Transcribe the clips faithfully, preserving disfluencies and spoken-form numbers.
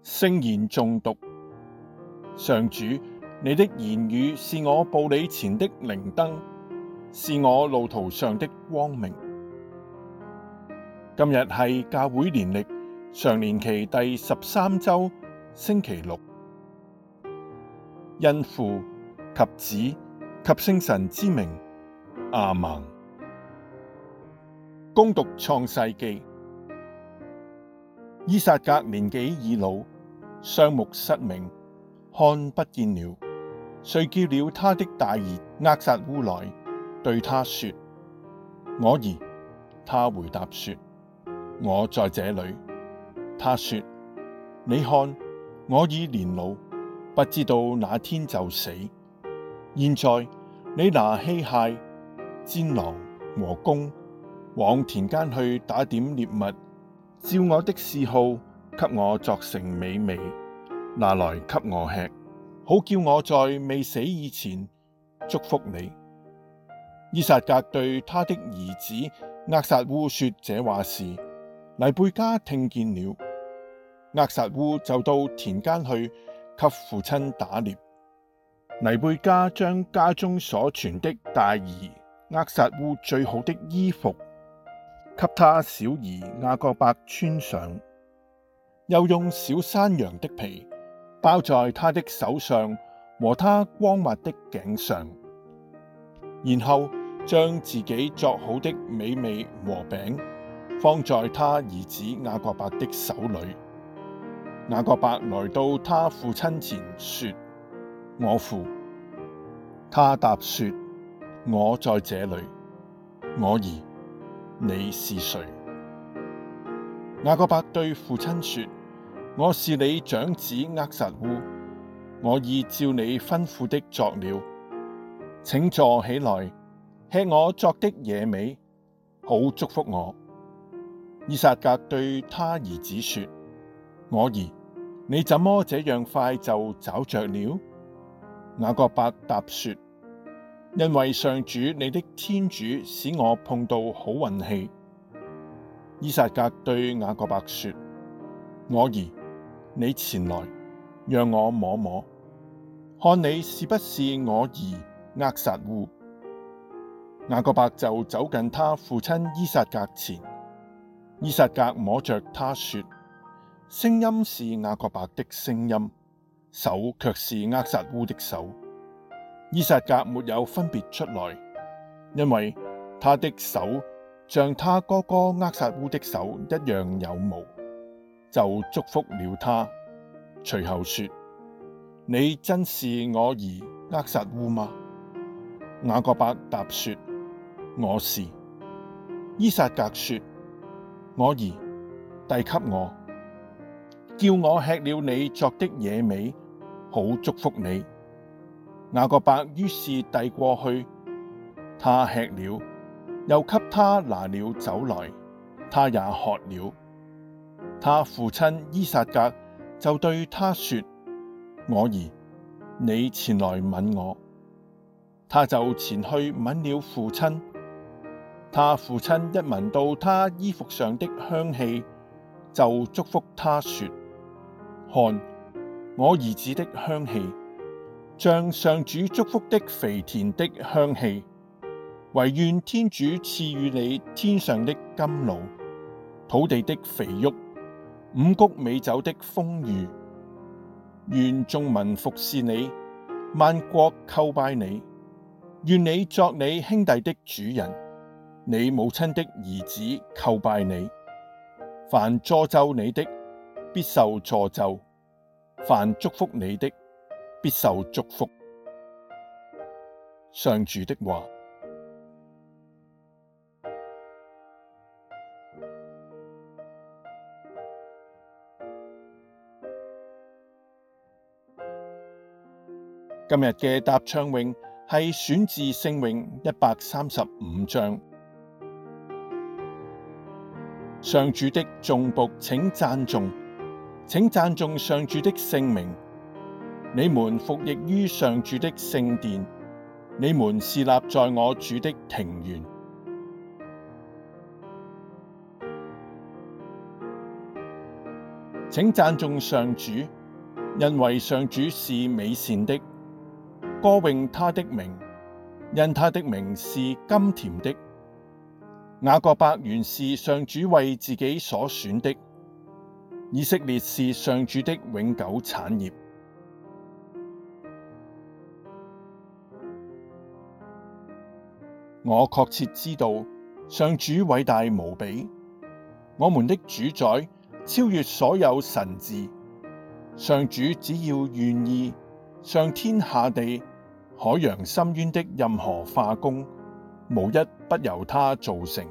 聖言誦讀。上主，你的言語是我步履前的靈燈，是我路途上的光明。今日係教會年曆常年期第十三周星期六，因父及子及聖神之名，阿們。恭讀創世記。依撒格年紀已老，雙目失明，看不見了，遂叫了他的大兒厄撒烏來，對他說：我兒。他回答說：我在這裏。他說：你看，我已年老，不知道哪天就死。現在你拿器械、戰囊和弓，往田間去打點獵物，照我的嗜好，給我作成美味，拿來給我吃，好叫我在未死以前祝福你。依撒格對他的兒子厄撒烏說這話時，黎貝加聽見了。厄撒烏就到田間去給父親打獵。黎貝加將家中所存的大兒厄撒烏最好的衣服給他小兒雅各伯穿上，又用小山羊的皮包在他的手上和他光滑的頸上，然後將自己作好的美味和餅放在他兒子雅各伯的手裏。雅各伯來到他父親前說：我父。他答說：我在這裏。我兒，你是誰？雅各伯對父親說：我是你長子厄撒烏，我已照你吩咐的作了。請坐起來，吃我作的野味，好祝福我。依撒格對他兒子說：我兒，你怎麼這樣快就找着了？雅各伯答說：因為上主你的天主使我碰到好運氣。依撒格對雅各伯說：我兒，你前來，讓我摸摸，看你是不是我兒厄撒烏。雅各伯就走近他父親依撒格前，依撒格摸着他說：聲音是雅各伯的聲音，手卻是厄撒烏的手。依撒格沒有分別出來，因為他的手像他哥哥厄撒烏的手一樣有毛，就祝福了他。隨後說：你真是我兒厄撒烏嗎？雅各伯答說：我是。依撒格說：我兒，遞給我，叫我吃了你作的野味，好祝福你。雅各伯於是遞過去，他吃了，又給他拿了酒來，他也喝了。他父親依撒格就對他說：我兒，你前來吻我。他就前去吻了父親。他父親一聞到他衣服上的香氣，就祝福他說：看，我兒子的香氣，像上主祝福的肥田的香氣，惟願天主賜予你天上的甘露，土地的肥沃，五穀美酒的豐裕。願眾民服侍你，萬國叩拜你。願你作你兄弟的主人，你母親的兒子叩拜你。凡詛咒你的，必受詛咒；凡祝福你的，必受祝福。上主的話。今日嘅答唱詠係選自聖詠一百三十五章。上主的眾僕請讚頌，請讚頌上主的聖名。你們服役於上主的聖殿，你們侍立在我主的庭園。 請讚頌上主，因為上主是美善的，歌詠他的名，因他的名是甘甜的。雅各伯原是上主為自己所選的，以色列是上主的永久產業。我確切知道上主偉大無比，我們的主宰超越所有神治。上主只要願意，上天下地、海洋深淵的任何化工，無一不由他造成。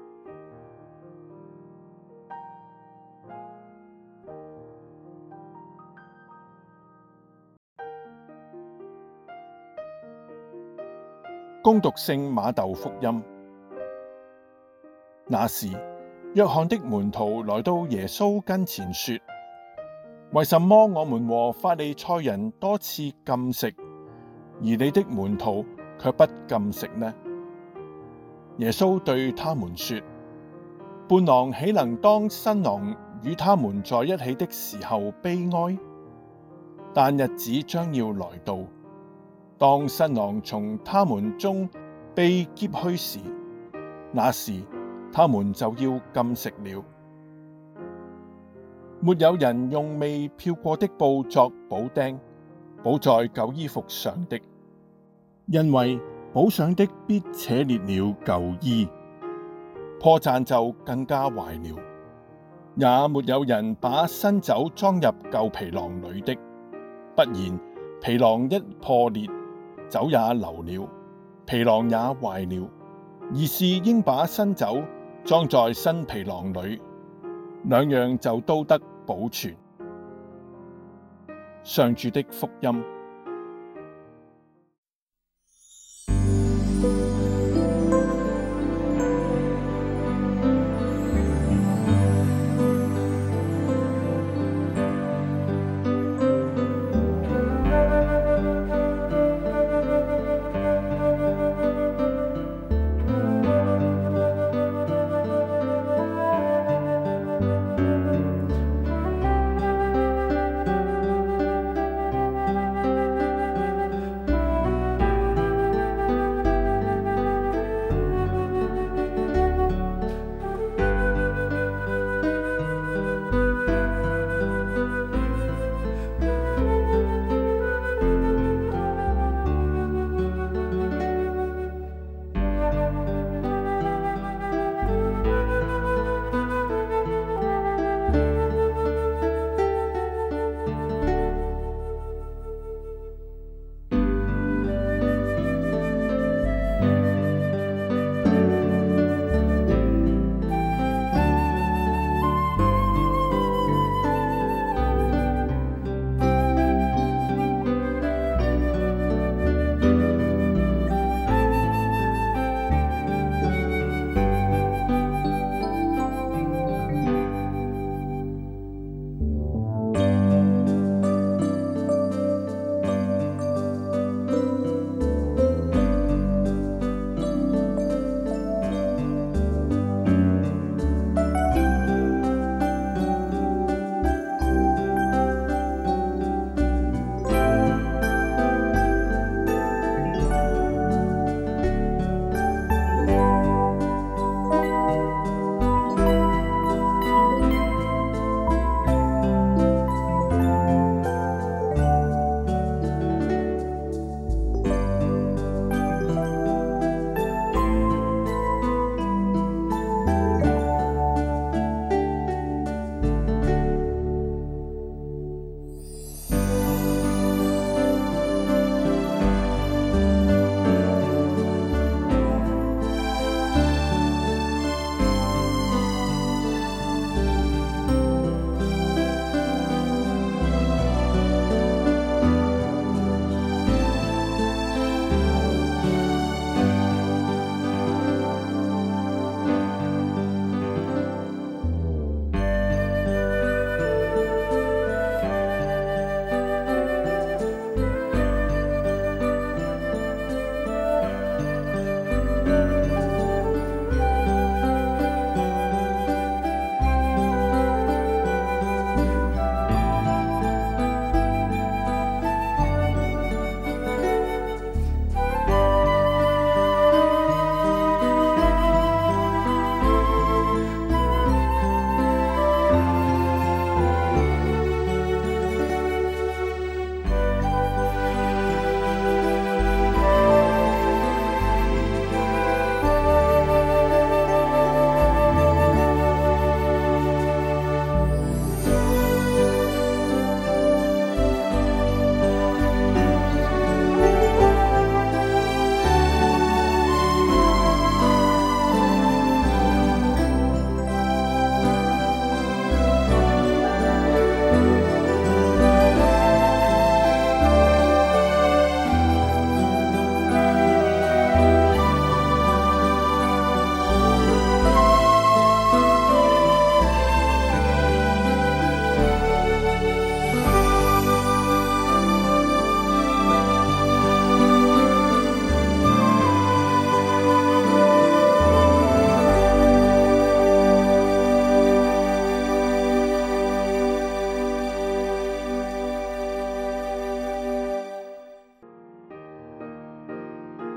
恭讀聖瑪竇福音。那時，若翰的門徒來到耶穌跟前說：為什麼我們和法利賽人多次禁食，而你的門徒卻不禁食呢？耶穌對他們說：伴郎豈能當新郎與他們在一起的時候悲哀？但日子將要來到，當新郎從他們中被劫去時，那時他們就要禁食了。沒有人用未漂過的布作補釘，補在舊衣服上的，因為補上的必扯裂了舊衣，破綻就更加壞了。也沒有人把新酒裝入舊皮囊裏的，不然皮囊一破裂，酒也流了，皮囊也壞了。而是應把新酒裝在新皮囊裏，兩樣就都得保存。上主的福音。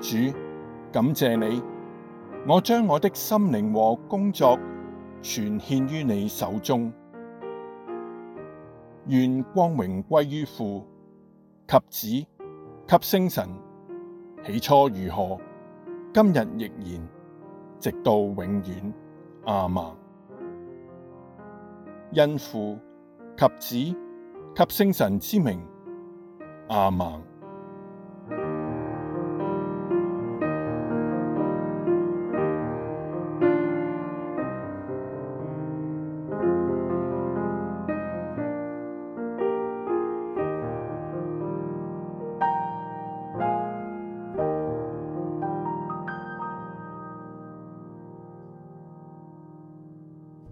主，感謝你，我將我的心靈和工作全獻於你手中。願光榮歸於父及子及聖神，起初如何，今日亦然，直到永遠。阿們。因父及子及聖神之名。阿們。